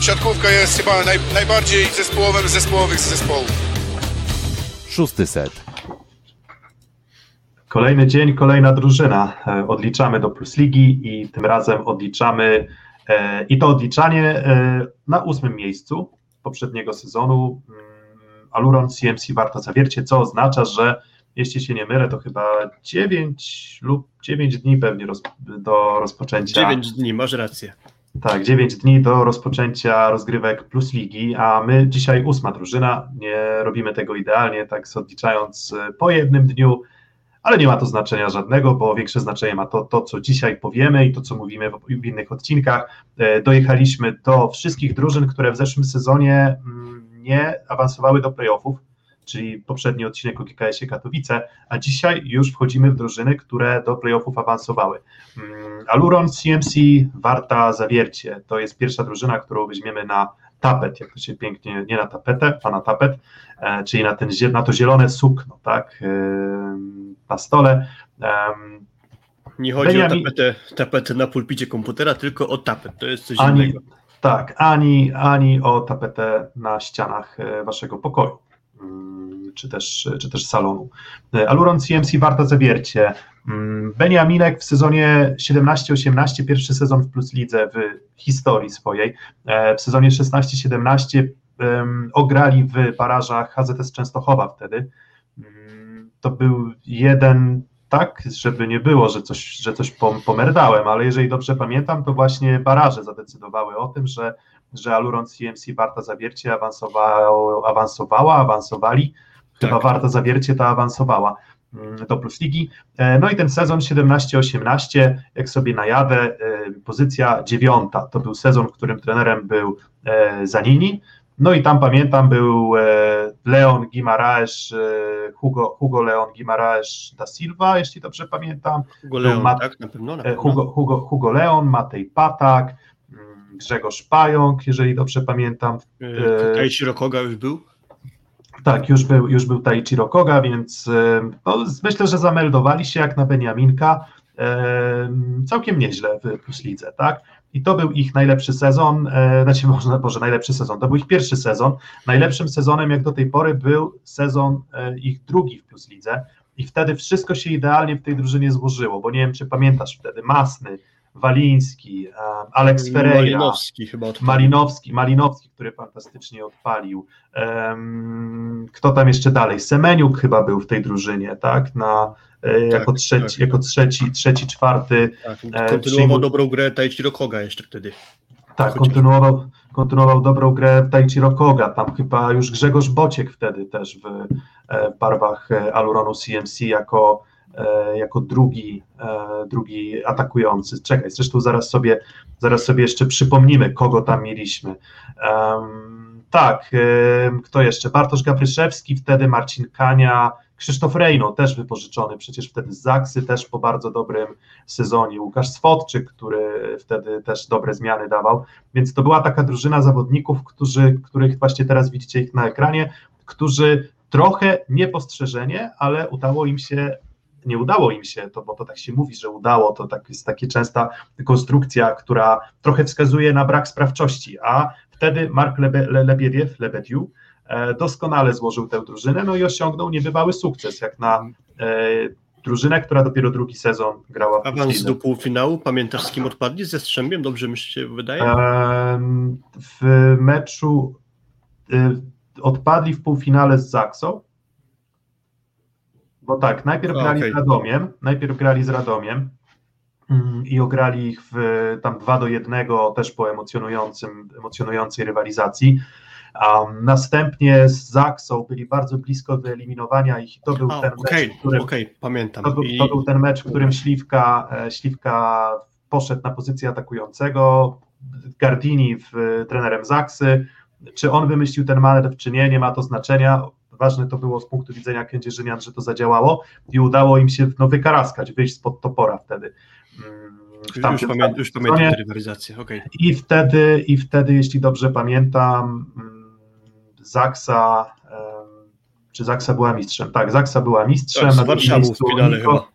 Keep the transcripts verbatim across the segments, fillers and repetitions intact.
siatkówka jest chyba naj, najbardziej zespołowym z zespołowych z zespołów. Szósty set. Kolejny dzień, kolejna drużyna. Odliczamy do Plus Ligi i tym razem odliczamy e, i to odliczanie e, na ósmym miejscu poprzedniego sezonu Aluron C M C Warta Zawiercie, co oznacza, że jeśli się nie mylę, to chyba dziewięć lub dziewięć dni pewnie roz, do rozpoczęcia. dziewięć dni, masz rację. Tak, dziewięć dni do rozpoczęcia rozgrywek Plus Ligi, a my dzisiaj ósma drużyna, nie robimy tego idealnie, tak odliczając po jednym dniu, ale nie ma to znaczenia żadnego, bo większe znaczenie ma to, to co dzisiaj powiemy i to, co mówimy w, w innych odcinkach. Dojechaliśmy do wszystkich drużyn, które w zeszłym sezonie nie awansowały do playoffów, czyli poprzedni odcinek o G K S-ie Katowice, a dzisiaj już wchodzimy w drużyny, które do playoffów awansowały. Aluron C M C Warta Zawiercie to jest pierwsza drużyna, którą weźmiemy na tapet, jak to się pięknie, nie na tapetę, a na tapet, e, czyli na, ten, na to zielone sukno, tak, e, na stole. E, nie chodzi Beniamin... o tapetę, tapetę na pulpicie komputera, tylko o tapet, to jest coś ani, innego. Tak, ani, ani o tapetę na ścianach waszego pokoju, czy też, czy też salonu. Aluron C M C Warta Zawiercie. Beniaminek w sezonie siedemnaście osiemnaście, pierwszy sezon w Plus Lidze w historii swojej. W sezonie szesnaście siedemnaście um, ograli w barażach H Z S Częstochowa wtedy. Um, to był jeden, tak, żeby nie było, że coś, że coś pomerdałem, ale jeżeli dobrze pamiętam, to właśnie baraże zadecydowały o tym, że, że Aluron C M C Warta Zawiercie awansowała, awansowała, awansowali. Chyba tak. Warta Zawiercie ta awansowała do Plus Ligi. No i ten sezon siedemnaście osiemnaście, jak sobie najadę, pozycja dziewiąta. To był sezon, w którym trenerem był Zanini. No i tam pamiętam był Leon Guimaraes, Hugo, Hugo Leon Guimaraes da Silva, jeśli dobrze pamiętam. Hugo Leon, Mat- tak? Na pewno, na pewno. Hugo, Hugo, Hugo Leon, Matej Patak, Grzegorz Pająk, jeżeli dobrze pamiętam. Taichiro Koga już był? Tak, już był, już był Taichiro Koga, więc no, myślę, że zameldowali się jak na Beniaminka e, całkiem nieźle w Plus Lidze, tak? I to był ich najlepszy sezon, e, znaczy może, może najlepszy sezon, to był ich pierwszy sezon. Najlepszym sezonem jak do tej pory był sezon e, ich drugi w Plus Lidze i wtedy wszystko się idealnie w tej drużynie złożyło, bo nie wiem, czy pamiętasz wtedy Masny, Waliński, Alex Ferreira, Malinowski chyba odpalił. Malinowski, Malinowski, który fantastycznie odpalił. Um, kto tam jeszcze dalej? Semeniuk chyba był w tej drużynie, tak? Na, tak jako trzeci, tak. jako trzeci, trzeci, czwarty. Tak, kontynuował przyjmu... dobrą grę Taichiro Koga jeszcze wtedy. Tak, kontynuował, kontynuował dobrą grę Taichiro Koga. Tam chyba już Grzegorz Bociek wtedy też w, w barwach Aluronu C M C jako jako drugi, drugi atakujący. Czekaj, zresztą zaraz sobie, zaraz sobie jeszcze przypomnimy, kogo tam mieliśmy. Um, tak, um, kto jeszcze? Bartosz Gawryszewski, wtedy Marcin Kania, Krzysztof Rejno, też wypożyczony przecież wtedy z Zaksy, też po bardzo dobrym sezonie. Łukasz Swodczyk, który wtedy też dobre zmiany dawał, więc to była taka drużyna zawodników, którzy, których właśnie teraz widzicie ich na ekranie, którzy trochę niepostrzeżenie, ale udało im się nie udało im się, to, bo to tak się mówi, że udało, to tak jest taka częsta konstrukcja, która trochę wskazuje na brak sprawczości, a wtedy Mark Lebe, Le, Lebiediew, Lebediu e, doskonale złożył tę drużynę, no i osiągnął niebywały sukces, jak na e, drużynę, która dopiero drugi sezon grała w Awans do półfinału, pamiętasz z kim odpadli? Ze Strzębiem, dobrze mi się wydaje? E, w meczu e, odpadli w półfinale z Zaksą, bo tak, najpierw A, grali okay. z Radomiem, najpierw grali z Radomiem mm, i ograli ich w tam dwa do jednego też po emocjonującym, emocjonującej rywalizacji. Um, następnie z Zaksą byli bardzo blisko wyeliminowania ich i to był A, ten okay, mecz, w którym, okay, pamiętam. to, był, I... to był ten mecz, w którym Śliwka, Śliwka poszedł na pozycję atakującego, Gardini w, trenerem Zaksy. Czy on wymyślił ten manewr, czy nie, nie ma to znaczenia. Ważne to było z punktu widzenia Kędzierzynian, że to zadziałało i udało im się no, wykaraskać, wyjść spod topora wtedy. W już, pamię- już pamiętam tę rywalizację, okay. I wtedy, i wtedy, jeśli dobrze pamiętam, Zaksa, czy Zaksa była mistrzem? Tak, Zaksa była mistrzem. Tak, na z Warszawą w finale chyba.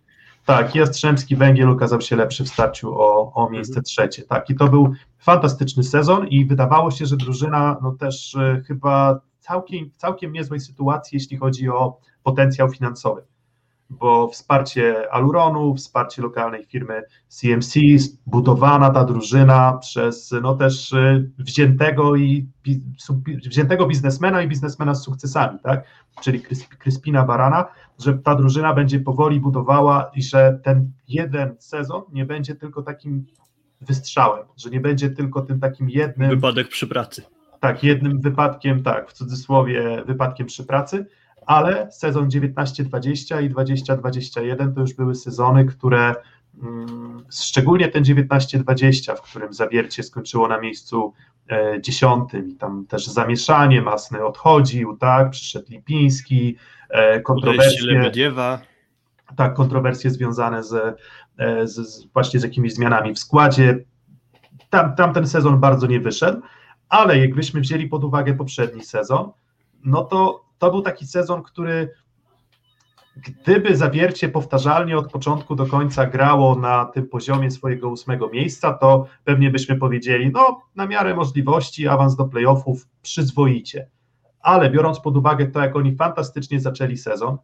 Tak, Jastrzębski Węgiel okazał się lepszy w starciu o, o miejsce mhm. trzecie. Tak, i to był fantastyczny sezon i wydawało się, że drużyna no też y, chyba całkiem, całkiem niezłej sytuacji, jeśli chodzi o potencjał finansowy, bo wsparcie Aluronu, wsparcie lokalnej firmy C M C, zbudowana ta drużyna przez no też y, wziętego i wziętego biznesmena i biznesmena z sukcesami, tak, czyli Kryspina Barana, że ta drużyna będzie powoli budowała i że ten jeden sezon nie będzie tylko takim wystrzałem, że nie będzie tylko tym takim jednym... Wypadek przy pracy. Tak, jednym wypadkiem, tak, w cudzysłowie wypadkiem przy pracy, ale sezon dziewiętnaście dwadzieścia i dwadzieścia dwadzieścia jeden to już były sezony, które, mm, szczególnie ten dziewiętnaście dwadzieścia, w którym Zawiercie skończyło na miejscu e, dziesiątym i tam też zamieszanie, Masny odchodził, tak, przyszedł Lipiński, e, kontrowersje, Lebediewa. Tak, kontrowersje związane z, z, z właśnie z jakimiś zmianami w składzie, tam, tam ten sezon bardzo nie wyszedł, ale jakbyśmy wzięli pod uwagę poprzedni sezon, no to to był taki sezon, który gdyby Zawiercie powtarzalnie od początku do końca grało na tym poziomie swojego ósmego miejsca, to pewnie byśmy powiedzieli, no na miarę możliwości awans do playoffów przyzwoicie, ale biorąc pod uwagę to, jak oni fantastycznie zaczęli sezon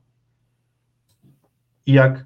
i jak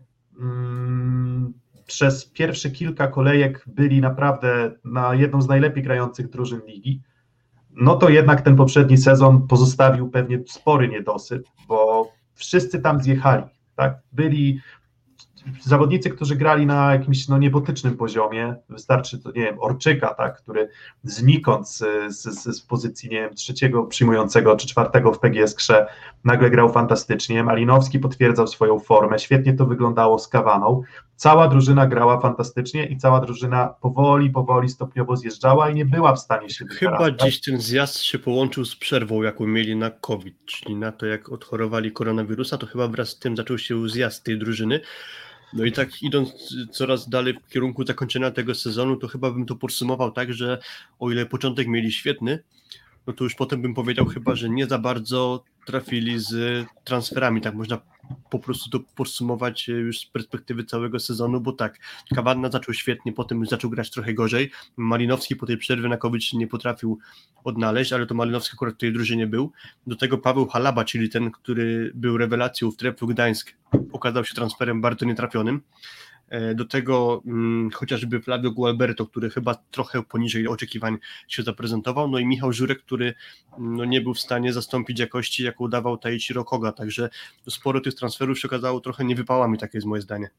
mm, przez pierwsze kilka kolejek byli naprawdę na jedną z najlepiej grających drużyn ligi, no to jednak ten poprzedni sezon pozostawił pewnie spory niedosyt, bo wszyscy tam zjechali, tak? Byli zawodnicy, którzy grali na jakimś no, niebotycznym poziomie, wystarczy to, nie wiem, Orczyka, tak, który znikąd z, z, z pozycji, nie wiem, trzeciego przyjmującego czy czwartego w P G S Krze nagle grał fantastycznie, Malinowski potwierdzał swoją formę, świetnie to wyglądało z Kawaną, cała drużyna grała fantastycznie i cała drużyna powoli, powoli, stopniowo zjeżdżała i nie była w stanie się Chyba wykarać. dziś ten zjazd się połączył z przerwą, jaką mieli na COVID, czyli na to, jak odchorowali koronawirusa, to chyba wraz z tym zaczął się zjazd tej drużyny. No i tak idąc coraz dalej w kierunku zakończenia tego sezonu, to chyba bym to podsumował tak, że o ile początek mieli świetny, no to już potem bym powiedział chyba, że nie za bardzo trafili z transferami, tak można po prostu to podsumować już z perspektywy całego sezonu, bo tak, Kawanna zaczął świetnie, potem już zaczął grać trochę gorzej, Malinowski po tej przerwie na COVID się nie potrafił odnaleźć, ale to Malinowski akurat w tej drużynie był, do tego Paweł Halaba, czyli ten, który był rewelacją w Treflu Gdańsk, okazał się transferem bardzo nietrafionym. Do tego hmm, chociażby Flavio Gualberto, który chyba trochę poniżej oczekiwań się zaprezentował, no i Michał Żurek, który no, nie był w stanie zastąpić jakości, jaką dawał Taichiro Koga, także sporo tych transferów się okazało trochę niewypałami, takie jest moje zdanie.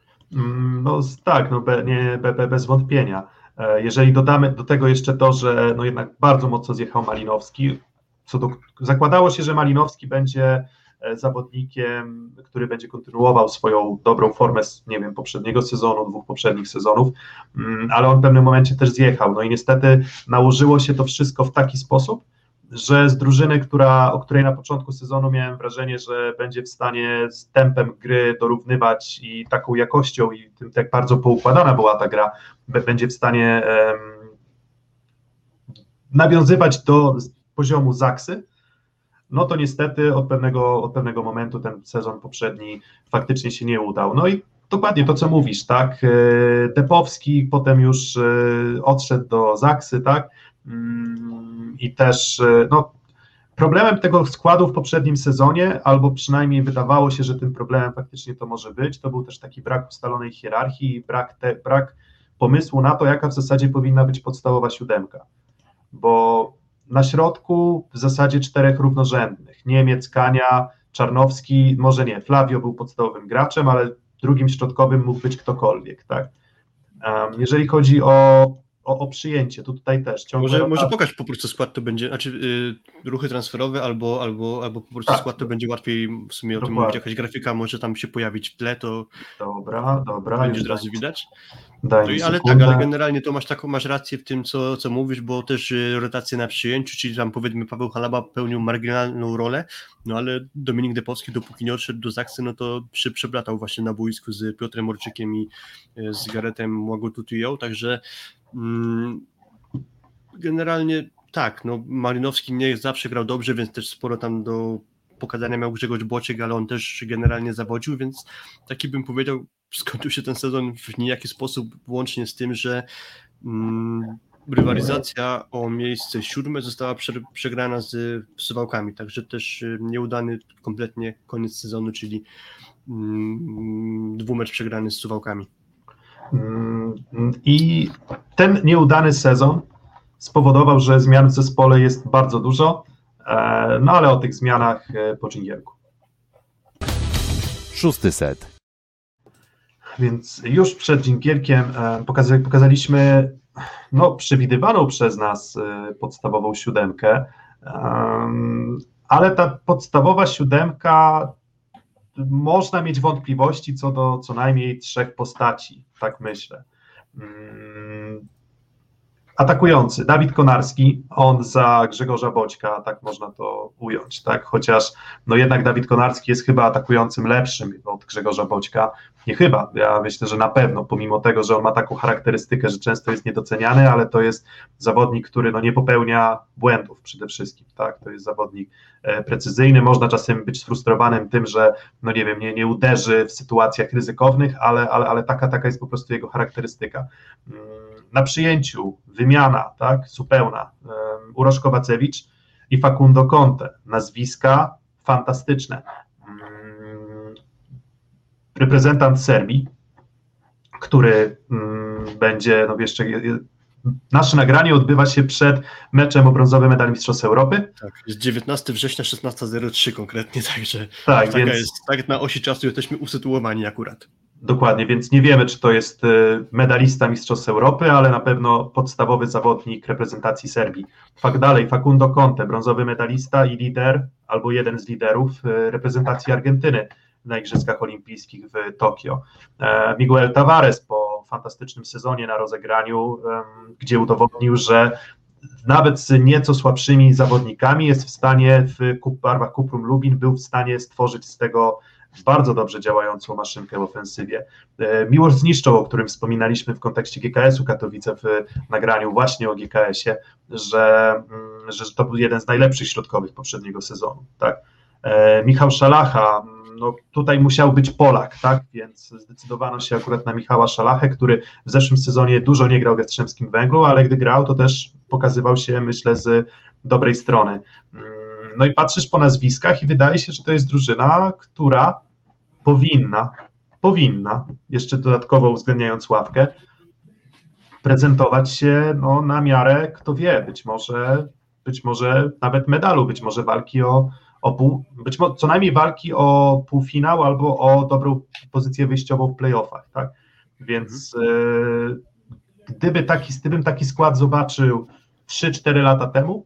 No tak, no be, nie, be, be, bez wątpienia. Jeżeli dodamy do tego jeszcze to, że no jednak bardzo mocno zjechał Malinowski, co do, zakładało się, że Malinowski będzie zawodnikiem, który będzie kontynuował swoją dobrą formę z, nie wiem, poprzedniego sezonu, dwóch poprzednich sezonów, ale on w pewnym momencie też zjechał, no i niestety nałożyło się to wszystko w taki sposób, że z drużyny, która, o której na początku sezonu miałem wrażenie, że będzie w stanie z tempem gry dorównywać i taką jakością i tym, jak bardzo poukładana była ta gra, będzie w stanie um, nawiązywać do poziomu Zaksy, no to niestety od pewnego, od pewnego momentu ten sezon poprzedni faktycznie się nie udał. No i dokładnie to, co mówisz, tak, Depowski potem już odszedł do Zaksy, tak, i też, no, problemem tego składu w poprzednim sezonie, albo przynajmniej wydawało się, że tym problemem faktycznie to może być, to był też taki brak ustalonej hierarchii, brak, te, brak pomysłu na to, jaka w zasadzie powinna być podstawowa siódemka, bo na środku w zasadzie czterech równorzędnych, Niemiec, Kania, Czarnowski, może nie, Flavio był podstawowym graczem, ale drugim środkowym mógł być ktokolwiek, tak. Um, jeżeli chodzi o, o, o przyjęcie, to tutaj też ciągle... Może, może pokaż po prostu skład, to będzie, znaczy yy, ruchy transferowe albo, albo, albo po prostu tak, skład, to będzie łatwiej w sumie o tym mówić, jakaś grafika może tam się pojawić w tle, to dobra, dobra, będzie od razu widać. Daj No i, ale tak, ale generalnie to masz taką, masz rację w tym, co, co mówisz, bo też rotacje na przyjęciu, czyli tam powiedzmy Paweł Halaba pełnił marginalną rolę, no ale Dominik Depowski, dopóki nie odszedł do Zaksy, no to przy, przeplatał właśnie na boisku z Piotrem Orczykiem i z Garetem Łagotutiją, także mm, generalnie tak, no Malinowski nie zawsze grał dobrze, więc też sporo tam do pokazania miał Grzegorz Boczek, ale on też generalnie zawodził, więc taki bym powiedział skończył się ten sezon w niejaki sposób, łącznie z tym, że mm, rywalizacja o miejsce siódme została prze, przegrana z Suwałkami, także też nieudany kompletnie koniec sezonu, czyli mm, dwumecz przegrany z Suwałkami. I ten nieudany sezon spowodował, że zmian w zespole jest bardzo dużo, no ale o tych zmianach po dżingielku. Szósty set. Więc już przed dżingielkiem pokaza- pokazaliśmy no, przewidywaną przez nas podstawową siódemkę, ale ta podstawowa siódemka można mieć wątpliwości co do co najmniej trzech postaci, tak myślę. Atakujący, Dawid Konarski, on za Grzegorza Boćka, tak można to ująć, tak, chociaż no jednak Dawid Konarski jest chyba atakującym lepszym od Grzegorza Boćka, nie chyba, ja myślę, że na pewno, pomimo tego, że on ma taką charakterystykę, że często jest niedoceniany, ale to jest zawodnik, który no nie popełnia błędów przede wszystkim, tak, to jest zawodnik e, precyzyjny, można czasem być sfrustrowanym tym, że no nie wiem, nie, nie uderzy w sytuacjach ryzykownych, ale, ale, ale taka, taka jest po prostu jego charakterystyka. Na przyjęciu wymiana, tak, zupełna, um, Uroš Kovačević i Facundo Conte, nazwiska fantastyczne. Um, reprezentant Serbii, który um, będzie, no jeszcze, nasze nagranie odbywa się przed meczem o brązowy medal Mistrzostw Europy. Tak, jest dziewiętnastego września szesnasta zero trzy konkretnie, także tak, taka więc... jest, tak na osi czasu jesteśmy usytuowani akurat. Dokładnie, więc nie wiemy, czy to jest medalista Mistrzostw Europy, ale na pewno podstawowy zawodnik reprezentacji Serbii. Fakt dalej, Facundo Conte, brązowy medalista i lider, albo jeden z liderów reprezentacji Argentyny na Igrzyskach Olimpijskich w Tokio. Miguel Tavares po fantastycznym sezonie na rozegraniu, gdzie udowodnił, że nawet z nieco słabszymi zawodnikami jest w stanie w barwach Kuprum Lubin, był w stanie stworzyć z tego bardzo dobrze działającą maszynkę w ofensywie. Miłosz Zniszczał, o którym wspominaliśmy w kontekście G K S-u Katowice w nagraniu właśnie o G K S-ie, że, że to był jeden z najlepszych środkowych poprzedniego sezonu. Tak? Michał Szalacha, no tutaj musiał być Polak, tak? Więc zdecydowano się akurat na Michała Szalachę, który w zeszłym sezonie dużo nie grał w Jastrzębskim Węglu, ale gdy grał, to też pokazywał się, myślę, z dobrej strony. No i patrzysz po nazwiskach i wydaje się, że to jest drużyna, która powinna, powinna, jeszcze dodatkowo uwzględniając ławkę, prezentować się no, na miarę, kto wie, być może, być może nawet medalu, być może walki o, o pół, być może co najmniej walki o półfinał albo o dobrą pozycję wyjściową w playoffach, tak? Więc mhm. e, gdyby taki, gdybym taki skład zobaczył trzy cztery lata temu,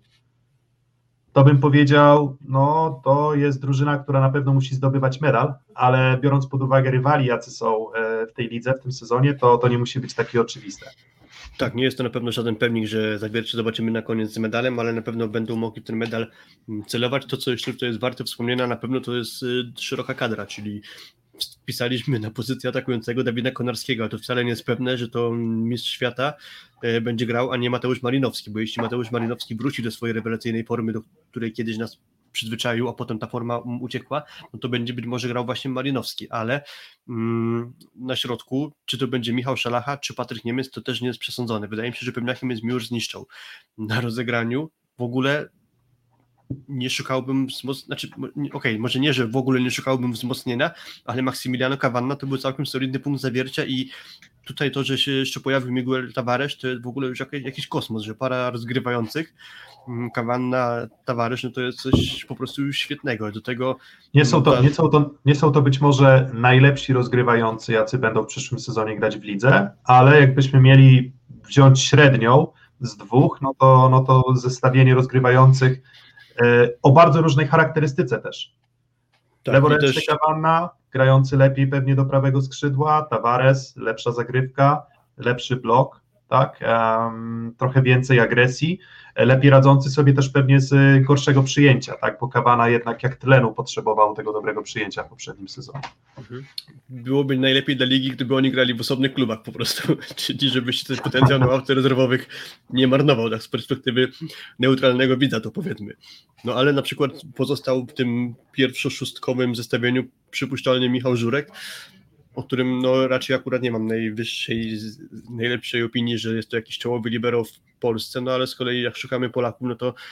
to bym powiedział, no to jest drużyna, która na pewno musi zdobywać medal, ale biorąc pod uwagę rywali, jacy są w tej lidze w tym sezonie, to, to nie musi być takie oczywiste. Tak, nie jest to na pewno żaden pewnik, że Zawiercie zobaczymy na koniec z medalem, ale na pewno będą mogli w ten medal celować. To, co jeszcze tutaj jest warte wspomnienia, na pewno to jest szeroka kadra, czyli wpisaliśmy na pozycję atakującego Dawida Konarskiego, a to wcale nie jest pewne, że to mistrz świata będzie grał, a nie Mateusz Malinowski, bo jeśli Mateusz Malinowski wróci do swojej rewelacyjnej formy, do której kiedyś nas przyzwyczaił, a potem ta forma uciekła, no to będzie być może grał właśnie Malinowski, ale mm, na środku, czy to będzie Michał Szalacha, czy Patryk Niemiec, to też nie jest przesądzone. Wydaje mi się, że pewniakiem jest Miłosz Zniszczał. Na rozegraniu w ogóle nie szukałbym wzmocnienia, znaczy, okej, okay, może nie, że w ogóle nie szukałbym wzmocnienia, ale Maximiliano Cavanna to był całkiem solidny punkt zawiercia i tutaj to, że się jeszcze pojawił Miguel Tavares, to jest w ogóle już jakiś kosmos, że para rozgrywających, Cavanna, Tavares, no to jest coś po prostu już świetnego. Do tego nie są to, nie są to, nie są to być może najlepsi rozgrywający, jacy będą w przyszłym sezonie grać w lidze, ale jakbyśmy mieli wziąć średnią z dwóch, no to, no to zestawienie rozgrywających o bardzo różnej charakterystyce też. Tak, leworęczny też... Cavanna, grający lepiej pewnie do prawego skrzydła, Tavares, lepsza zagrywka, lepszy blok, tak, um, trochę więcej agresji, lepiej radzący sobie też pewnie z gorszego przyjęcia, tak, bo Cavanna jednak jak tlenu potrzebował tego dobrego przyjęcia w poprzednim sezonie. Mhm. Byłoby najlepiej dla ligi, gdyby oni grali w osobnych klubach po prostu, czyli żebyś ten potencjał na ławce rezerwowych nie marnował, tak z perspektywy neutralnego widza to powiedzmy. No ale na przykład pozostał w tym pierwszo-szóstkowym zestawieniu przypuszczalnie Michał Żurek, o którym no, raczej akurat nie mam najwyższej, najlepszej opinii, że jest to jakiś czołowy libero w Polsce, no ale z kolei jak szukamy Polaków, no to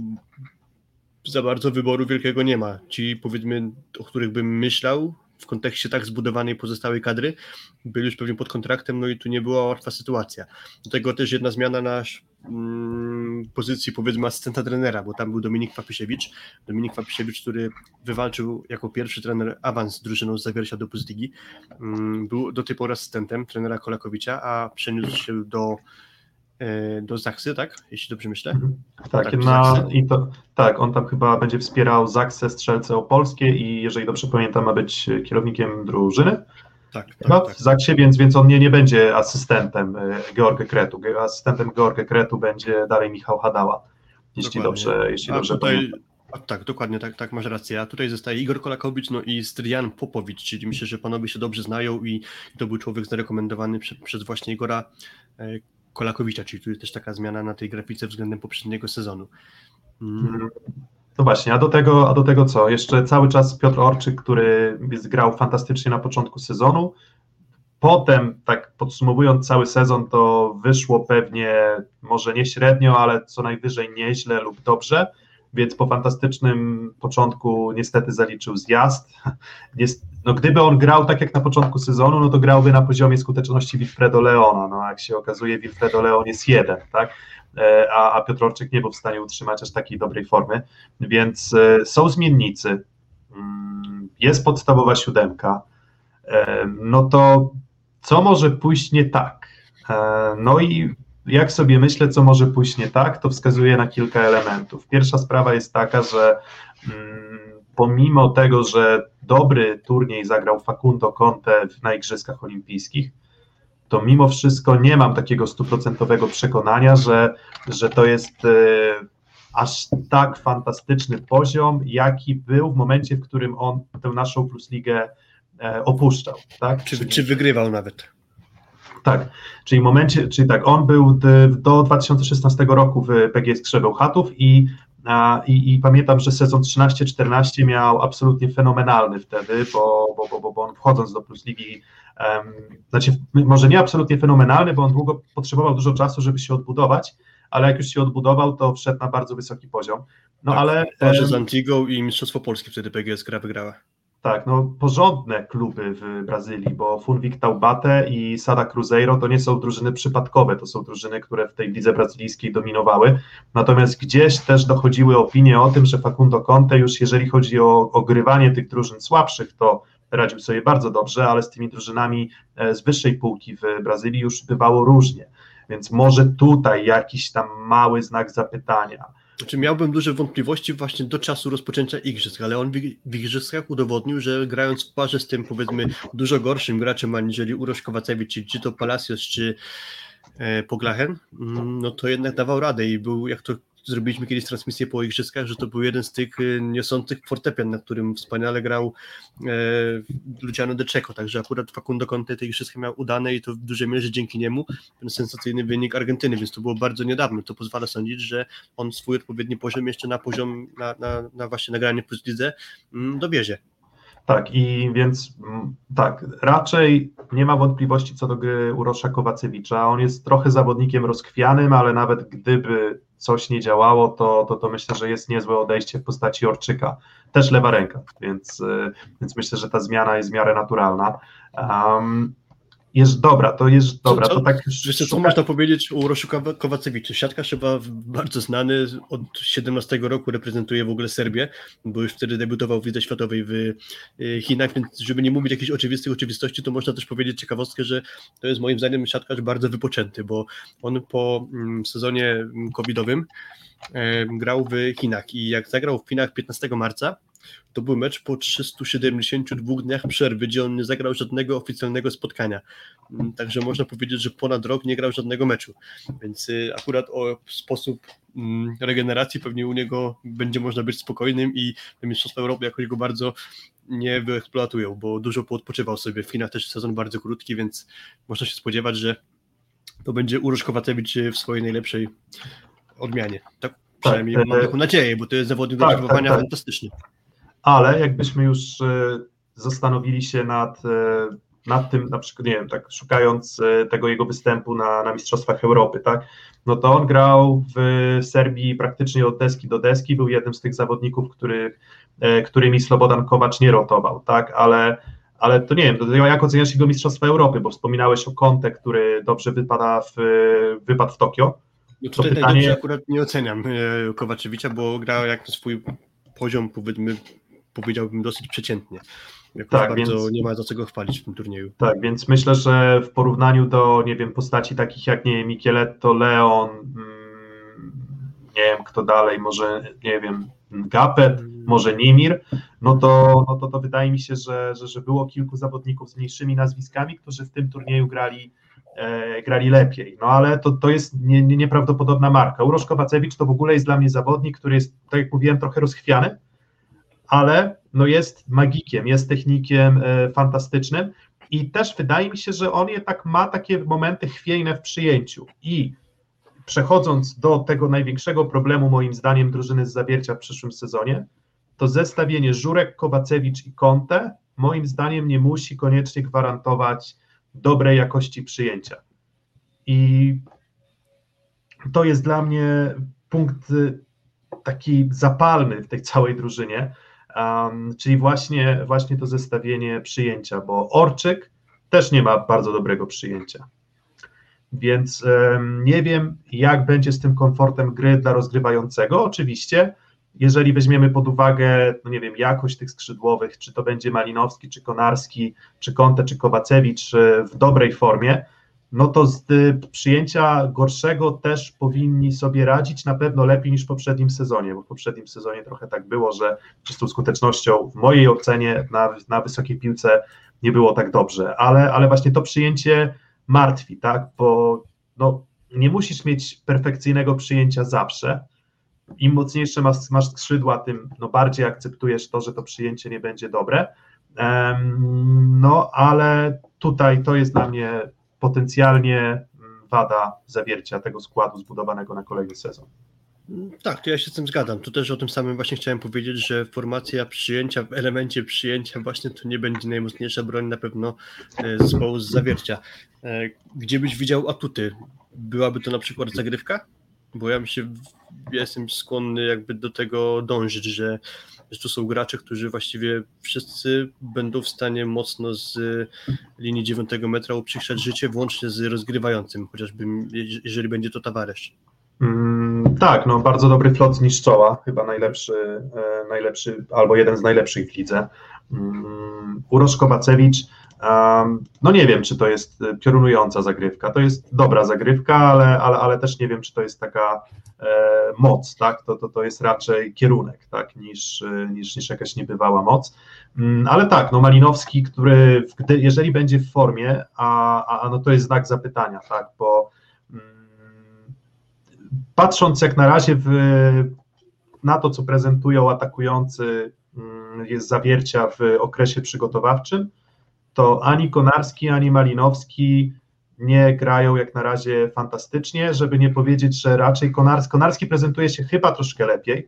za bardzo wyboru wielkiego nie ma. Ci, powiedzmy, o których bym myślał w kontekście tak zbudowanej pozostałej kadry, byli już pewnie pod kontraktem, no i tu nie była łatwa sytuacja. Do tego też jedna zmiana na mm, pozycji, powiedzmy, asystenta trenera, bo tam był Dominik Papisiewicz. Dominik Papisiewicz, który wywalczył jako pierwszy trener awans z drużyną z Zagiersia do Plus Ligi, mm, był do tej pory asystentem trenera Kolakowicza, a przeniósł się do do Zaksy, tak? Jeśli dobrze myślę. Tak, tak, na, i to, tak, on tam chyba będzie wspierał Zaksę, Strzelce Opolskie i jeżeli dobrze pamiętam, ma być kierownikiem drużyny. Tak, chyba tak, tak. W Zaksie, więc, więc on nie, nie będzie asystentem George Kretu. Asystentem George Kretu będzie dalej Michał Hadała, jeśli Dokładnie. dobrze, jeśli a dobrze tutaj, pamiętam. a tak, dokładnie, tak, tak, masz rację. A tutaj zostaje Igor Kolakowicz, no i Strijan Popowicz, czyli myślę, że panowie się dobrze znają i to był człowiek zarekomendowany przez, przez właśnie Igora Kolakowicza, czyli tu jest też taka zmiana na tej grafice względem poprzedniego sezonu. Mm. No właśnie, a do tego, a do tego co? Jeszcze cały czas Piotr Orczyk, który grał fantastycznie na początku sezonu. Potem, tak podsumowując cały sezon, to wyszło pewnie może nie średnio, ale co najwyżej nieźle lub dobrze, więc po fantastycznym początku niestety zaliczył zjazd. No, gdyby on grał tak jak na początku sezonu, no to grałby na poziomie skuteczności Wilfredo Leona. No, jak się okazuje, Wilfredo Leon jest jeden, tak? A, a Piotr Orczyk nie był w stanie utrzymać aż takiej dobrej formy, więc są zmiennicy, jest podstawowa siódemka, no to co może pójść nie tak? No i jak sobie myślę, co może pójść nie tak, to wskazuje na kilka elementów. Pierwsza sprawa jest taka, że mm, pomimo tego, że dobry turniej zagrał Facundo Conte na Igrzyskach Olimpijskich, to mimo wszystko nie mam takiego stuprocentowego przekonania, że, że to jest e, aż tak fantastyczny poziom, jaki był w momencie, w którym on tę naszą Plus Ligę e, opuszczał. Tak? Czy, Czyli... czy wygrywał nawet? Tak, czyli w momencie, czyli tak, on był do dwa tysiące szesnastego roku w P G S Krzebeł Chatów i, i, i pamiętam, że sezon trzynaście czternaście miał absolutnie fenomenalny wtedy, bo, bo, bo, bo on wchodząc do Plus Ligi, um, znaczy może nie absolutnie fenomenalny, bo on długo potrzebował dużo czasu, żeby się odbudować, ale jak już się odbudował, to wszedł na bardzo wysoki poziom. No tak, ale parze z Antigą i Mistrzostwo Polskie wtedy P G S gra wygrała. Tak, no porządne kluby w Brazylii, bo Funvic Taubaté i Sada Cruzeiro to nie są drużyny przypadkowe, to są drużyny, które w tej lidze brazylijskiej dominowały, natomiast gdzieś też dochodziły opinie o tym, że Facundo Conte już jeżeli chodzi o ogrywanie tych drużyn słabszych, to radził sobie bardzo dobrze, ale z tymi drużynami z wyższej półki w Brazylii już bywało różnie, więc może tutaj jakiś tam mały znak zapytania. Znaczy miałbym duże wątpliwości właśnie do czasu rozpoczęcia igrzysk, ale on w, w igrzyskach udowodnił, że grając w parze z tym powiedzmy dużo gorszym graczem aniżeli Uroš Kovacevic, czy to Palacios, czy e, Poglachen, no to jednak dawał radę i był, jak to zrobiliśmy kiedyś transmisję po igrzyskach, że to był jeden z tych niosących fortepian, na którym wspaniale grał e, Luciano De Cecco, także akurat Facundo Conte te igrzyska miał udane i to w dużej mierze dzięki niemu ten sensacyjny wynik Argentyny, więc to było bardzo niedawno, to pozwala sądzić, że on swój odpowiedni poziom jeszcze na poziom, na, na, na właśnie nagranie plus lidze mm, dowiezie. Tak, i więc tak, raczej nie ma wątpliwości co do gry Urosza Kowacewicza. On jest trochę zawodnikiem rozchwianym, ale nawet gdyby coś nie działało, to, to, to myślę, że jest niezłe odejście w postaci Orczyka. Też lewa ręka, więc, więc myślę, że ta zmiana jest w miarę naturalna. Um, jest dobra, to jest dobra. Co, to tak wiesz, co, co można powiedzieć o Uroszu Kowacewiczu? Siatkarz chyba bardzo znany, od siedemnastego roku reprezentuje w ogóle Serbię, bo już wtedy debiutował w lidze światowej w Chinach, więc żeby nie mówić jakichś oczywistych oczywistości, to można też powiedzieć ciekawostkę, że to jest moim zdaniem siatkarz bardzo wypoczęty, bo on po sezonie covidowym grał w Chinach i jak zagrał w Chinach piętnastego marca, to był mecz po trzystu siedemdziesięciu dwóch dniach przerwy, gdzie on nie zagrał żadnego oficjalnego spotkania. Także można powiedzieć, że ponad rok nie grał żadnego meczu. Więc akurat o sposób regeneracji pewnie u niego będzie można być spokojnym i Mistrzostwa Europy jakoś go bardzo nie wyeksploatują, bo dużo poodpoczywał sobie. W Chinach też sezon bardzo krótki, więc można się spodziewać, że to będzie Uroš Kovacevic w swojej najlepszej odmianie. Tak przynajmniej tak, mam taką nadzieję, bo to jest zawodnik do obserwowania tak, tak, tak. fantastyczny. Ale jakbyśmy już zastanowili się nad nad tym, na przykład, nie wiem, tak szukając tego jego występu na, na Mistrzostwach Europy, tak, no to on grał w Serbii praktycznie od deski do deski, był jednym z tych zawodników, który, którymi Slobodan Kovač nie rotował, tak, ale, ale to nie wiem, to jak oceniasz jego Mistrzostwa Europy, bo wspominałeś o Conte, który dobrze wypada w, wypadł w Tokio. No tutaj to pytanie... pytanie... akurat nie oceniam Kowaczewicza, bo grał jak na swój poziom, powiedzmy, powiedziałbym dosyć przeciętnie. Tak, bardzo więc, nie ma za co go chwalić w tym turnieju. Tak, więc myślę, że w porównaniu do, nie wiem, postaci takich jak, nie wiem, Micheletto, Leon, mm, nie wiem, kto dalej, może, nie wiem, Gapet, hmm. może Nimir, no to, no to, to wydaje mi się, że, że, że było kilku zawodników z mniejszymi nazwiskami, którzy w tym turnieju grali, e, grali lepiej, no ale to, to jest nie, nie, nieprawdopodobna marka. Uroš Kovačević to w ogóle jest dla mnie zawodnik, który jest, tak jak mówiłem, trochę rozchwiany, ale no jest magikiem, jest technikiem e, fantastycznym i też wydaje mi się, że on jednak ma takie momenty chwiejne w przyjęciu i przechodząc do tego największego problemu moim zdaniem drużyny z Zawiercia w przyszłym sezonie, to zestawienie Żurek, Kovačević i Conte moim zdaniem nie musi koniecznie gwarantować dobrej jakości przyjęcia i to jest dla mnie punkt taki zapalny w tej całej drużynie. Um, czyli właśnie, właśnie to zestawienie przyjęcia, bo Orczyk też nie ma bardzo dobrego przyjęcia, więc um, nie wiem, jak będzie z tym komfortem gry dla rozgrywającego. Oczywiście, jeżeli weźmiemy pod uwagę, no nie wiem, jakość tych skrzydłowych, czy to będzie Malinowski, czy Konarski, czy Conte, czy Kovačević w dobrej formie, no to z przyjęcia gorszego też powinni sobie radzić na pewno lepiej niż w poprzednim sezonie, bo w poprzednim sezonie trochę tak było, że z tą skutecznością w mojej ocenie na, na wysokiej piłce nie było tak dobrze, ale, ale właśnie to przyjęcie martwi, tak, bo no, nie musisz mieć perfekcyjnego przyjęcia zawsze. Im mocniejsze masz, masz skrzydła, tym no, bardziej akceptujesz to, że to przyjęcie nie będzie dobre, um, no ale tutaj to jest dla mnie potencjalnie wada Zawiercia tego składu zbudowanego na kolejny sezon. Tak, to ja się z tym zgadzam. Tu też o tym samym właśnie chciałem powiedzieć, że formacja przyjęcia, w elemencie przyjęcia właśnie to nie będzie najmocniejsza broń na pewno zespołu z Zawiercia. Gdzie byś widział atuty? Byłaby to na przykład zagrywka? Bo ja myślę, ja jestem skłonny jakby do tego dążyć, że że tu są gracze, którzy właściwie wszyscy będą w stanie mocno z linii dziewiątego metra uprzykrzyć życie, włącznie z rozgrywającym, chociażby jeżeli będzie to Tavares. Mm, tak, no bardzo dobry flot z Niszczoła, chyba najlepszy, e, najlepszy albo jeden z najlepszych w lidze. Mm, Uroš Kovačević, um, no nie wiem, czy to jest piorunująca zagrywka, to jest dobra zagrywka, ale, ale, ale też nie wiem, czy to jest taka moc, tak, to, to, to jest raczej kierunek, tak, niż, niż, niż jakaś niebywała moc, ale tak, no Malinowski, który, gdy, jeżeli będzie w formie, a, a no to jest znak zapytania, tak, bo mm, patrząc jak na razie w, na to, co prezentują atakujący mm, jest Zawiercia w okresie przygotowawczym, to ani Konarski, ani Malinowski nie grają jak na razie fantastycznie, żeby nie powiedzieć, że raczej Konarski, Konarski prezentuje się chyba troszkę lepiej,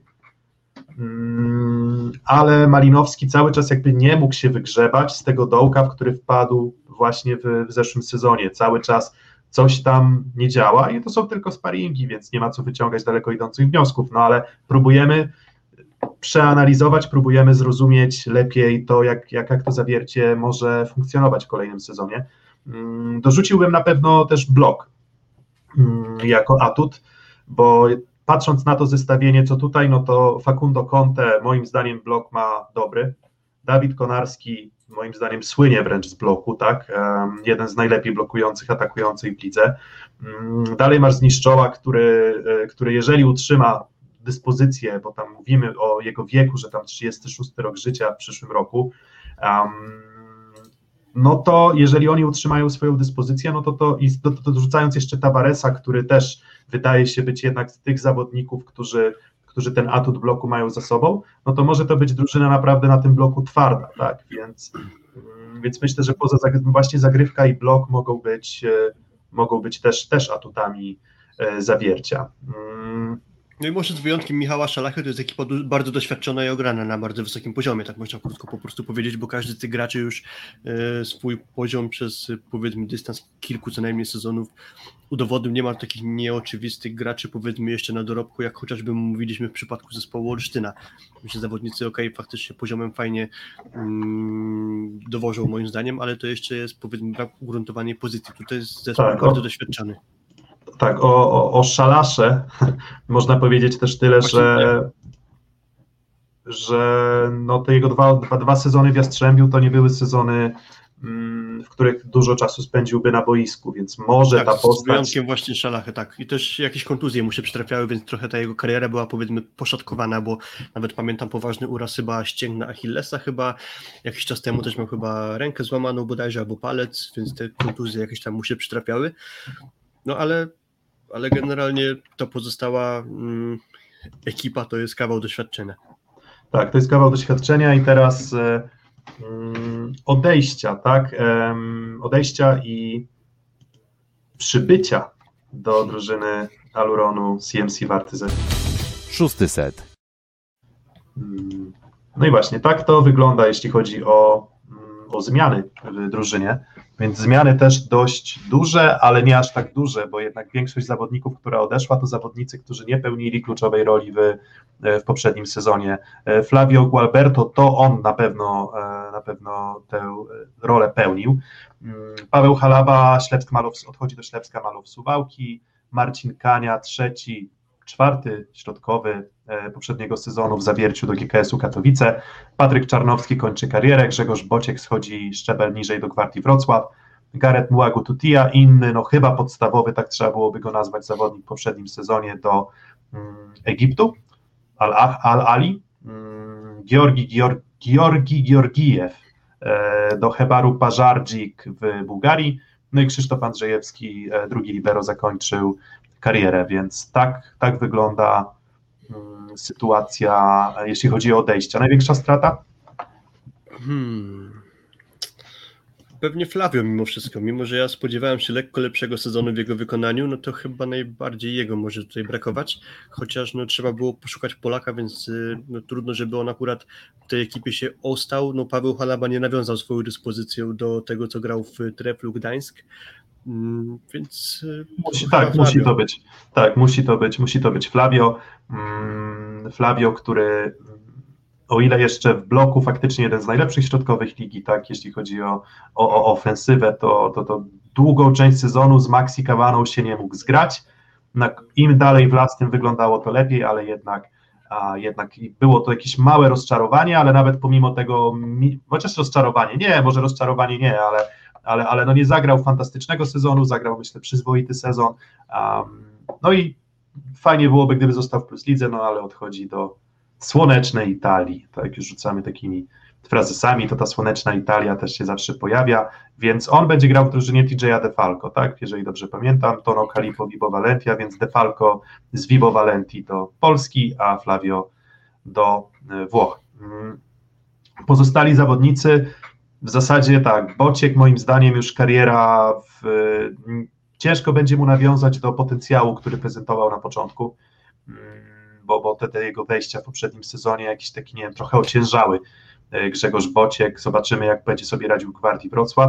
ale Malinowski cały czas jakby nie mógł się wygrzebać z tego dołka, w który wpadł właśnie w, w zeszłym sezonie. Cały czas coś tam nie działa i to są tylko sparingi, więc nie ma co wyciągać daleko idących wniosków, no ale próbujemy przeanalizować, próbujemy zrozumieć lepiej to, jak, jak, jak to Zawiercie może funkcjonować w kolejnym sezonie. Dorzuciłbym na pewno też blok jako atut, bo patrząc na to zestawienie, co tutaj, no to Facundo Conte moim zdaniem blok ma dobry, Dawid Konarski moim zdaniem słynie wręcz z bloku, tak, jeden z najlepiej blokujących, atakujących w lidze. Dalej masz Zniszczoła, który, który jeżeli utrzyma dyspozycję, bo tam mówimy o jego wieku, że tam trzydziesty szósty rok życia w przyszłym roku, um, no to jeżeli oni utrzymają swoją dyspozycję, no to to i do, do, dorzucając jeszcze Tavaresa, który też wydaje się być jednak z tych zawodników, którzy, którzy ten atut bloku mają za sobą, no to może to być drużyna naprawdę na tym bloku twarda, tak, więc, więc myślę, że poza właśnie zagrywka i blok mogą być, mogą być też, też atutami Zawiercia. No i może z wyjątkiem Michała Szalachy, to jest ekipa du- bardzo doświadczona i ograna na bardzo wysokim poziomie, tak można krótko po prostu powiedzieć, bo każdy z tych graczy już e, swój poziom przez powiedzmy dystans kilku co najmniej sezonów udowodnił. Nie ma takich nieoczywistych graczy powiedzmy jeszcze na dorobku, jak chociażby mówiliśmy w przypadku zespołu Olsztyna. Myślę, że zawodnicy okej, okay, faktycznie poziomem fajnie mm, dowożą moim zdaniem, ale to jeszcze jest powiedzmy brak ugruntowanej pozycji. Tutaj jest zespół Tak, bardzo o- doświadczony. Tak, o, o, o Szalasze można powiedzieć też tyle, Właśnie że, że no te jego dwa, dwa, dwa sezony w Jastrzębiu to nie były sezony, mm, w których dużo czasu spędziłby na boisku, więc może Tak, ta z postać... wyjątkiem właśnie Szalachy, tak. I też jakieś kontuzje mu się przytrafiały, więc trochę ta jego kariera była powiedzmy poszatkowana, bo nawet pamiętam poważny uraz chyba ścięgna Achillesa chyba, jakiś czas temu też miał chyba rękę złamaną bodajże, albo palec, więc te kontuzje jakieś tam mu się przytrafiały. No ale, ale generalnie ta pozostała mm, ekipa to jest kawał doświadczenia. Tak, to jest kawał doświadczenia i teraz e, mm, odejścia, tak, em, odejścia i przybycia do drużyny Aluronu C M C Warty. Szósty set. Mm, No i właśnie, tak to wygląda, jeśli chodzi o, mm, o zmiany w drużynie, więc zmiany też dość duże, ale nie aż tak duże, bo jednak większość zawodników, która odeszła, to zawodnicy, którzy nie pełnili kluczowej roli w, w poprzednim sezonie. Flavio Gualberto, to on na pewno, na pewno tę rolę pełnił. Paweł Halaba Ślepsk Malow, odchodzi do Ślepska Malow Suwałki, Marcin Kania, trzeci, czwarty środkowy poprzedniego sezonu w Zawierciu do G K S-u Katowice. Patryk Czarnowski kończy karierę, Grzegorz Bociek schodzi szczebel niżej do Gwardii Wrocław. Gareth Muagu-Tutia, inny, no chyba podstawowy, tak trzeba byłoby go nazwać, zawodnik w poprzednim sezonie do mm, Egiptu, Al-Ali. Mm, Georgi Georg, Georgi Georgijew e, do Hebaru Pażardzik w Bułgarii. No i Krzysztof Andrzejewski, e, drugi libero, zakończył karierę, więc tak, tak wygląda mm, sytuacja, jeśli chodzi o odejścia. Największa strata? Hmm. Pewnie Flavio mimo wszystko, mimo że ja spodziewałem się lekko lepszego sezonu w jego wykonaniu, no to chyba najbardziej jego może tutaj brakować, chociaż no, trzeba było poszukać Polaka, więc no, trudno, żeby on akurat w tej ekipie się ostał. No, Paweł Halaba nie nawiązał swoją dyspozycją do tego, co grał w Treflu Gdańsk, mm, więc... Musi, tak, Flavio. musi to być, tak, musi to być, musi to być Flavio, mm, Flavio, który o ile jeszcze w bloku faktycznie jeden z najlepszych środkowych ligi, tak, jeśli chodzi o, o, o ofensywę, to, to, to długą część sezonu z Maxi Cavaną się nie mógł zgrać. Im dalej w las, tym wyglądało to lepiej, ale jednak, a jednak było to jakieś małe rozczarowanie, ale nawet pomimo tego, chociaż rozczarowanie, nie, może rozczarowanie nie, ale, ale, ale no nie zagrał fantastycznego sezonu, zagrał myślę przyzwoity sezon, um, no i fajnie byłoby, gdyby został w Plus Lidze, no ale odchodzi do słonecznej Italii, tak jak już rzucamy takimi frazesami, to ta słoneczna Italia też się zawsze pojawia, więc on będzie grał w drużynie T J a De Falco, tak, jeżeli dobrze pamiętam, Tono Calippo, Vibo Valentia, więc De Falco z Vibo Valenti do Polski, a Flavio do Włoch. Pozostali zawodnicy, w zasadzie tak, Bociek moim zdaniem już kariera, w, ciężko będzie mu nawiązać do potencjału, który prezentował na początku, bo, bo te, te jego wejścia w poprzednim sezonie jakieś takie, nie wiem, trochę ociężały. Grzegorz Bociek, zobaczymy jak będzie sobie radził w Gwardii Wrocław.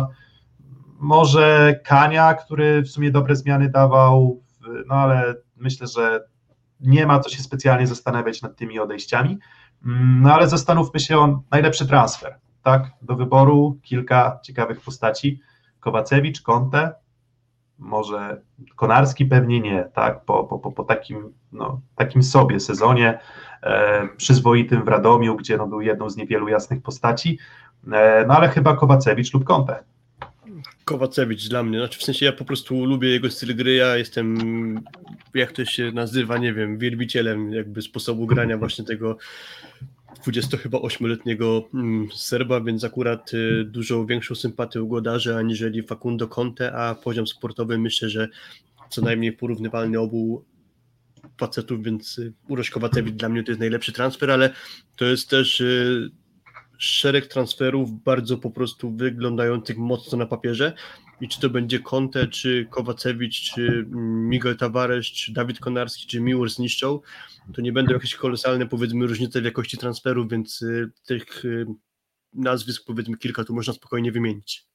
Może Kania, który w sumie dobre zmiany dawał, no ale myślę, że nie ma co się specjalnie zastanawiać nad tymi odejściami, no ale zastanówmy się o najlepszy transfer, tak, do wyboru kilka ciekawych postaci, Kowacewicz, Conte, może Konarski pewnie nie, tak, po, po, po takim, no, takim sobie sezonie, e, przyzwoitym w Radomiu, gdzie no, był jedną z niewielu jasnych postaci, e, no ale chyba Kowacewicz lub Conte. Kowacewicz dla mnie, znaczy w sensie ja po prostu lubię jego styl gry, ja jestem, jak to się nazywa, nie wiem, wielbicielem jakby sposobu grania właśnie tego dwudziestoośmioletniego Serba, więc akurat dużo większą sympatię go darzę aniżeli Facundo Conte, a poziom sportowy myślę, że co najmniej porównywalny obu facetów, więc Uroś Kowacewicz dla mnie to jest najlepszy transfer, ale to jest też szereg transferów bardzo po prostu wyglądających mocno na papierze, i czy to będzie Conte, czy Kowacewicz, czy Miguel Tavares, czy Dawid Konarski, czy Miłosz zniszczą, to nie będą jakieś kolosalne, powiedzmy, różnice w jakości transferów, więc y, tych y, nazwisk, powiedzmy, kilka tu można spokojnie wymienić.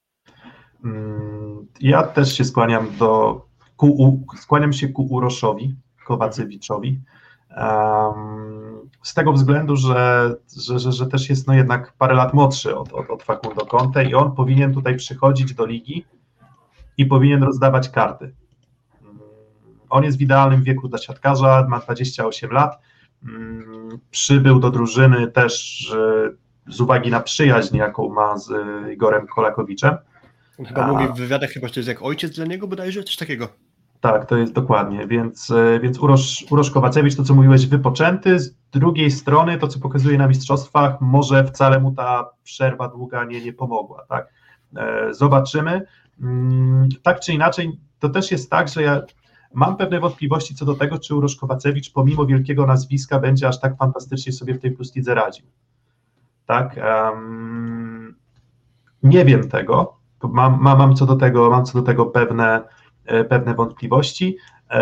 Ja też się skłaniam do, ku, u, skłaniam się ku Uroszowi Kowacewiczowi, um, z tego względu, że, że, że, że też jest no jednak parę lat młodszy od, od, od Facundo Conte i on powinien tutaj przychodzić do ligi i powinien rozdawać karty. On jest w idealnym wieku dla siatkarza, ma dwadzieścia osiem lat, przybył do drużyny też z uwagi na przyjaźń, jaką ma z Igorem Kolakowiczem. On chyba A, mówi w wywiadach, chyba, że to jest jak ojciec dla niego bodajże, coś takiego. Tak, to jest dokładnie, więc, więc Urosz, Urosz Kowacewicz, to co mówiłeś, wypoczęty, z drugiej strony to, co pokazuje na mistrzostwach, może wcale mu ta przerwa długa nie, nie pomogła, tak? Zobaczymy. Tak czy inaczej, to też jest tak, że ja mam pewne wątpliwości co do tego, czy Urosz Kowacewicz pomimo wielkiego nazwiska będzie aż tak fantastycznie sobie w tej Plus Lidze radził. Tak? Um, nie wiem tego, mam, mam, mam, co do tego, mam co do tego pewne, pewne wątpliwości,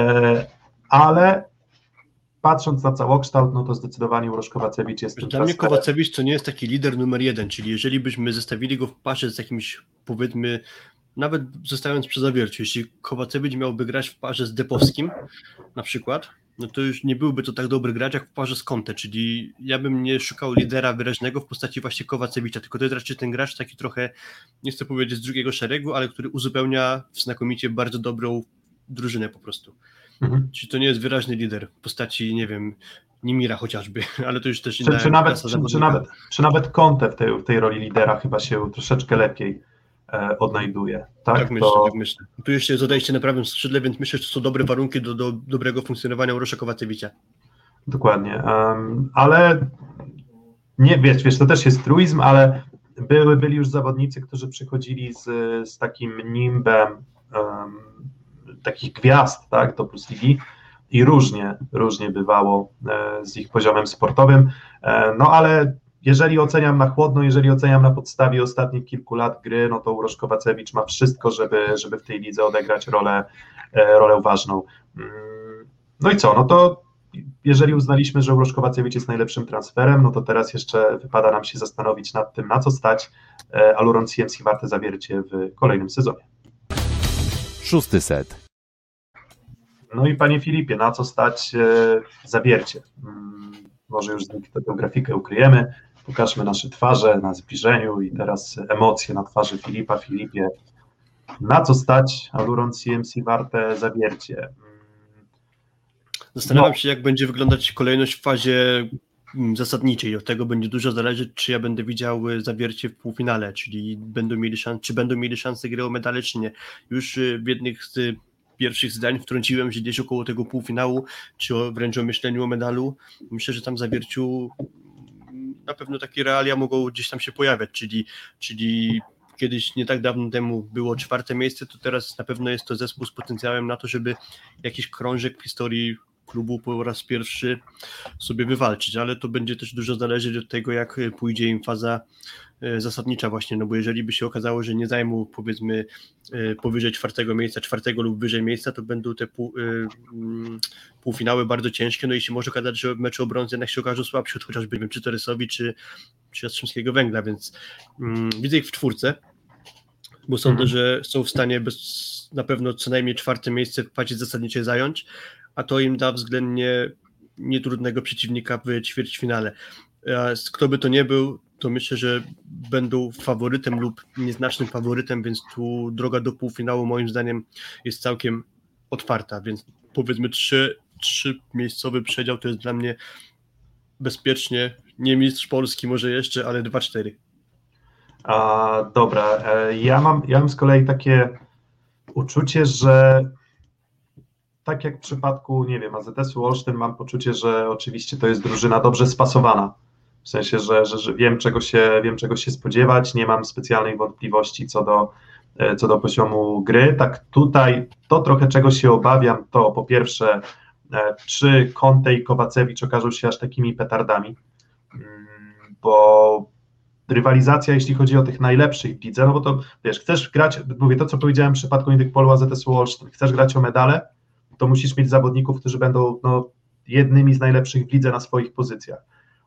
ale patrząc na całokształt, no to zdecydowanie Urosz Kowacewicz jest tym Dla mnie Kowacewicz to nie jest taki lider numer jeden, czyli jeżeli byśmy zestawili go w parze z jakimś, powiedzmy, nawet zostając przy Zawierciu, jeśli Kowacewicz miałby grać w parze z Depowskim na przykład, no to już nie byłby to tak dobry gracz jak w parze z Conte, czyli ja bym nie szukał lidera wyraźnego w postaci właśnie Kowacewicza, tylko to jest raczej ten gracz taki trochę, nie chcę powiedzieć z drugiego szeregu, ale który uzupełnia znakomicie bardzo dobrą drużynę po prostu. Mhm. Czyli to nie jest wyraźny lider w postaci, nie wiem, Nimira chociażby, ale to już też inna czy, czy, nawet, czy, czy, nawet, czy nawet Conte w tej, w tej roli lidera chyba się troszeczkę lepiej e, odnajduje. Tak, tak, myślę, to... tak myślę. Tu jeszcze jest odejście na prawym skrzydle, więc myślę, że to są dobre warunki do, do dobrego funkcjonowania Urosza Kowacewicza. Dokładnie, um, ale nie, wiesz, wiesz, to też jest truizm, ale były, byli już zawodnicy, którzy przychodzili z, z takim nimbem um, takich gwiazd, tak, do Plus Ligi i różnie, różnie bywało e, z ich poziomem sportowym, e, no ale jeżeli oceniam na chłodno, jeżeli oceniam na podstawie ostatnich kilku lat gry, no to Urosz Kowacewicz ma wszystko, żeby, żeby w tej lidze odegrać rolę, e, rolę ważną. No i co, no to jeżeli uznaliśmy, że Urosz Kowacewicz jest najlepszym transferem, no to teraz jeszcze wypada nam się zastanowić nad tym, na co stać e, Aluron C M C Warte Zawiercie w kolejnym sezonie. Szósty set. No i panie Filipie, na co stać e, Zawiercie? Hmm, może już tę grafikę ukryjemy, pokażmy nasze twarze na zbliżeniu i teraz emocje na twarzy Filipa. Filipie, na co stać Aluron C M C Warte Zawiercie? Zastanawiam no. się, jak będzie wyglądać kolejność w fazie zasadniczej. Od tego będzie dużo zależeć, czy ja będę widział Zawiercie w półfinale, czyli będą mieli szans, czy będą mieli szansę gry o medale, czy nie. Już w jednych z pierwszych zdań wtrąciłem, że gdzieś około tego półfinału, czy o, wręcz o myśleniu o medalu. Myślę, że tam w Zawierciu na pewno takie realia mogą gdzieś tam się pojawiać, czyli, czyli kiedyś nie tak dawno temu było czwarte miejsce, to teraz na pewno jest to zespół z potencjałem na to, żeby jakiś krążek w historii klubu po raz pierwszy sobie wywalczyć, ale to będzie też dużo zależeć od tego, jak pójdzie im faza zasadnicza właśnie, no bo jeżeli by się okazało, że nie zajmą powiedzmy powyżej czwartego miejsca, czwartego lub wyżej miejsca, to będą te pół, półfinały bardzo ciężkie, no i się może okazać, że w meczu o brąz jednak się okażą słabsi od chociażby, nie wiem, czy Toresowi, czy, czy Jastrzębskiego Węgla, więc um, widzę ich w czwórce, bo sądzę, mhm. że są w stanie bez, na pewno co najmniej czwarte miejsce w fazie zasadniczej zająć, a to im da względnie nietrudnego przeciwnika w ćwierćfinale. Kto by to nie był, to myślę, że będą faworytem lub nieznacznym faworytem, więc tu droga do półfinału moim zdaniem jest całkiem otwarta, więc powiedzmy trzy, trzy miejscowy przedział to jest dla mnie bezpiecznie, nie mistrz Polski może jeszcze, ale dwa cztery. A, dobra, ja mam, ja mam z kolei takie uczucie, że tak jak w przypadku, nie wiem, A Z S-u Olsztyn, mam poczucie, że oczywiście to jest drużyna dobrze spasowana. W sensie, że, że, że wiem, czego się, wiem, czego się spodziewać, nie mam specjalnych wątpliwości co do, co do poziomu gry. Tak tutaj to trochę czego się obawiam, to po pierwsze, czy Conte i Kowacewicz okażą się aż takimi petardami, bo rywalizacja, jeśli chodzi o tych najlepszych w lidze, no bo to, wiesz, chcesz grać, mówię to, co powiedziałem w przypadku Indyk-Polu A Z S U Olsztyn, chcesz grać o medale, to musisz mieć zawodników, którzy będą no, jednymi z najlepszych w lidze na swoich pozycjach.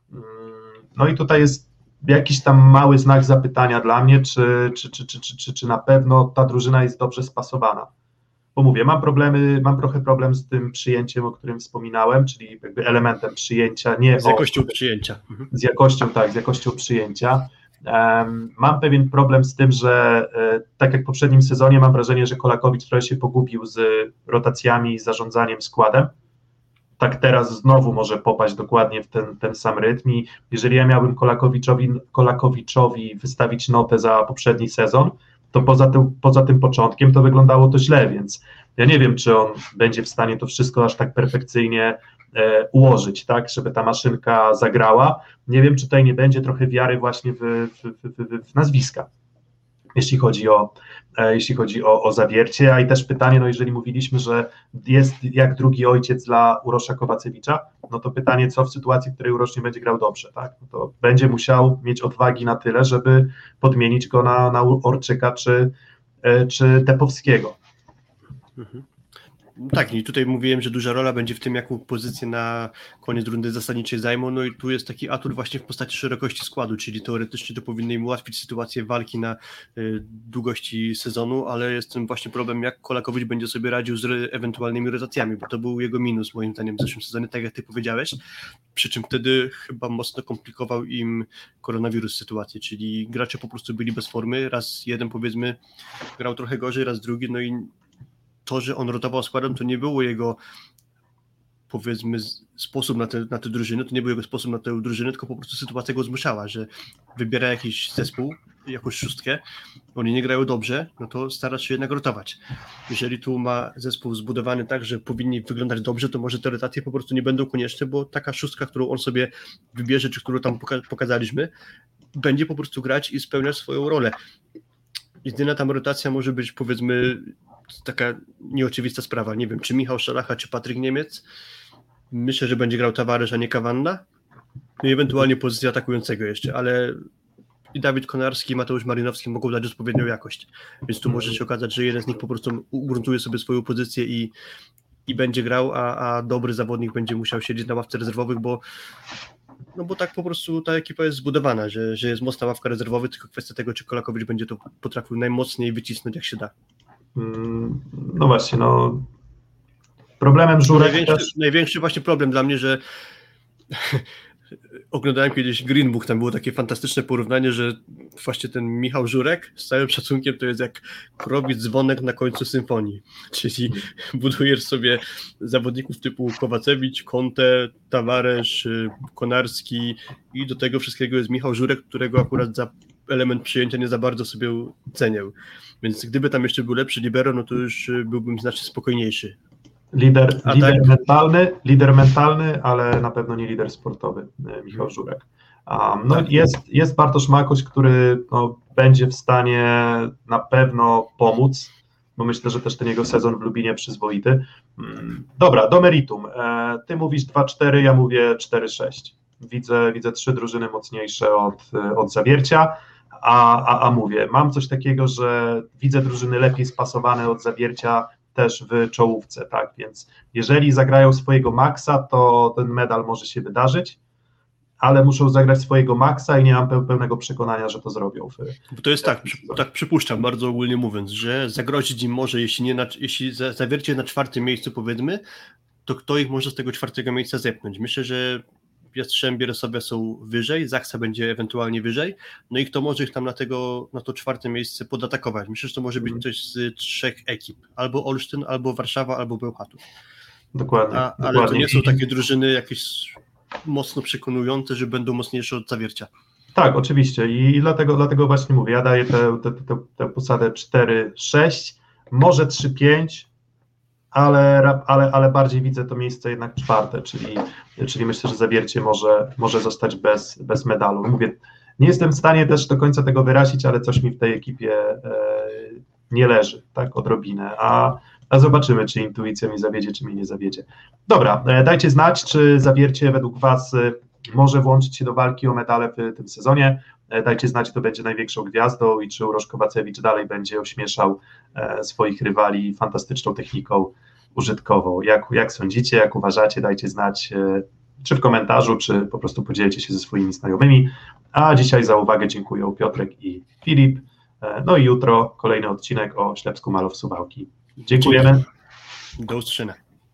No i tutaj jest jakiś tam mały znak zapytania dla mnie, czy, czy, czy, czy, czy, czy, czy na pewno ta drużyna jest dobrze spasowana. Bo mówię, mam problemy, mam trochę problem z tym przyjęciem, o którym wspominałem, czyli jakby elementem przyjęcia, nie z jakością o, przyjęcia. Mhm. Z jakością, tak, z jakością przyjęcia. Um, mam pewien problem z tym, że e, tak jak w poprzednim sezonie mam wrażenie, że Kolakowicz trochę się pogubił z rotacjami i zarządzaniem składem. Tak teraz znowu może popaść dokładnie w ten, ten sam rytm i jeżeli ja miałbym Kolakowiczowi, Kolakowiczowi wystawić notę za poprzedni sezon, to poza tym, poza tym początkiem to wyglądało to źle, więc ja nie wiem, czy on będzie w stanie to wszystko aż tak perfekcyjnie e, ułożyć, tak, żeby ta maszynka zagrała. Nie wiem, czy tutaj nie będzie trochę wiary właśnie w, w, w, w, w nazwiska, jeśli chodzi o e, jeśli chodzi o, o Zawiercie, a i też pytanie, no jeżeli mówiliśmy, że jest jak drugi ojciec dla Urosza Kowacewicza, no to pytanie, co w sytuacji, w której Urosz nie będzie grał dobrze, tak, no to będzie musiał mieć odwagi na tyle, żeby podmienić go na, na Orczyka czy, e, czy Tepowskiego. Mhm. Tak, i tutaj mówiłem, że duża rola będzie w tym, jaką pozycję na koniec rundy zasadniczej zajmą, no i tu jest taki atut właśnie w postaci szerokości składu, czyli teoretycznie to powinno im ułatwić sytuację walki na y, długości sezonu, ale jest tym właśnie problem, jak Kolakowicz będzie sobie radził z re, ewentualnymi rotacjami, bo to był jego minus moim zdaniem w zeszłym sezonie, tak jak ty powiedziałeś, przy czym wtedy chyba mocno komplikował im koronawirus sytuację, czyli gracze po prostu byli bez formy, raz jeden powiedzmy grał trochę gorzej, raz drugi, no i to, że on rotował składem, to nie było jego, powiedzmy, sposób na te, na te drużyny, to nie był jego sposób na tę drużynę, tylko po prostu sytuacja go zmuszała, że wybiera jakiś zespół, jakąś szóstkę, oni nie grają dobrze, no to stara się jednak rotować. Jeżeli tu ma zespół zbudowany tak, że powinni wyglądać dobrze, to może te rotacje po prostu nie będą konieczne, bo taka szóstka, którą on sobie wybierze, czy którą tam poka- pokazaliśmy, będzie po prostu grać i spełniać swoją rolę. Jedyna tam rotacja może być, powiedzmy, taka nieoczywista sprawa. Nie wiem, czy Michał Szalacha, czy Patryk Niemiec. Myślę, że będzie grał Tavares, a nie Kawanda. No i ewentualnie pozycja atakującego jeszcze, ale i Dawid Konarski, i Mateusz Marynowski mogą dać odpowiednią jakość. Więc tu może się okazać, że jeden z nich po prostu ugruntuje sobie swoją pozycję i, i będzie grał, a, a dobry zawodnik będzie musiał siedzieć na ławce rezerwowych, bo no bo tak po prostu ta ekipa jest zbudowana, że, że jest mocna ławka rezerwowych, tylko kwestia tego, czy Kolakowicz będzie to potrafił najmocniej wycisnąć, jak się da. No właśnie, no problemem Żurek największy, też... największy właśnie problem dla mnie, że oglądałem kiedyś Green Book, tam było takie fantastyczne porównanie, że właśnie ten Michał Żurek z całym szacunkiem to jest jak krowic dzwonek na końcu symfonii, czyli budujesz sobie zawodników typu Kowacewicz, Conte, Tavares, Konarski i do tego wszystkiego jest Michał Żurek, którego akurat za element przyjęcia nie za bardzo sobie cenię. Więc gdyby tam jeszcze był lepszy libero, no to już byłbym znacznie spokojniejszy. Lider, A lider tak? mentalny, lider mentalny, ale na pewno nie lider sportowy, Michał Żurek. Um, no Tak. jest, jest Bartosz Makoś, który no, będzie w stanie na pewno pomóc, bo myślę, że też ten jego sezon w Lubinie przyzwoity. Dobra, do meritum. E, ty mówisz dwa cztery, ja mówię cztery sześć. Widzę, widzę trzy drużyny mocniejsze od, od Zawiercia. A, a, a mówię, mam coś takiego, że widzę drużyny lepiej spasowane od Zawiercia też w czołówce, tak, więc jeżeli zagrają swojego maksa, to ten medal może się wydarzyć, ale muszą zagrać swojego maksa i nie mam pełnego przekonania, że to zrobią. W, Bo to jest tak, przy, tak przypuszczam, bardzo ogólnie mówiąc, że zagrozić im może, jeśli nie na, jeśli Zawiercie na czwartym miejscu powiedzmy, to kto ich może z tego czwartego miejsca zepchnąć? Myślę, że Jastrzębie, Resowia są wyżej, Zaksa będzie ewentualnie wyżej, no i kto może ich tam na, tego, na to czwarte miejsce podatakować. Myślę, że to może być ktoś z trzech ekip, albo Olsztyn, albo Warszawa, albo Bełchatów. Dokładnie. A, ale dokładnie. to nie są takie drużyny jakieś mocno przekonujące, że będą mocniejsze od Zawiercia. Tak, oczywiście i, i dlatego, dlatego właśnie mówię, ja daję tę, tę, tę, tę posadę cztery sześć, może trzy pięć, ale, ale, ale bardziej widzę to miejsce jednak czwarte, czyli, czyli myślę, że Zawiercie może, może zostać bez, bez medalu. Mówię, nie jestem w stanie też do końca tego wyrazić, ale coś mi w tej ekipie e, nie leży, tak, odrobinę, a, a zobaczymy, czy intuicja mi zawiedzie, czy mi nie zawiedzie. Dobra, e, dajcie znać, czy Zawiercie według Was może włączyć się do walki o medale w tym sezonie. Dajcie znać, kto będzie największą gwiazdą i czy Uroš Kovacevic dalej będzie ośmieszał swoich rywali fantastyczną techniką użytkową. Jak, jak sądzicie, jak uważacie, dajcie znać, czy w komentarzu, czy po prostu podzielcie się ze swoimi znajomymi. A dzisiaj za uwagę dziękuję Piotrek i Filip. No i jutro kolejny odcinek o Ślepsku Malow Suwałki. Dziękujemy. Do usłyszenia.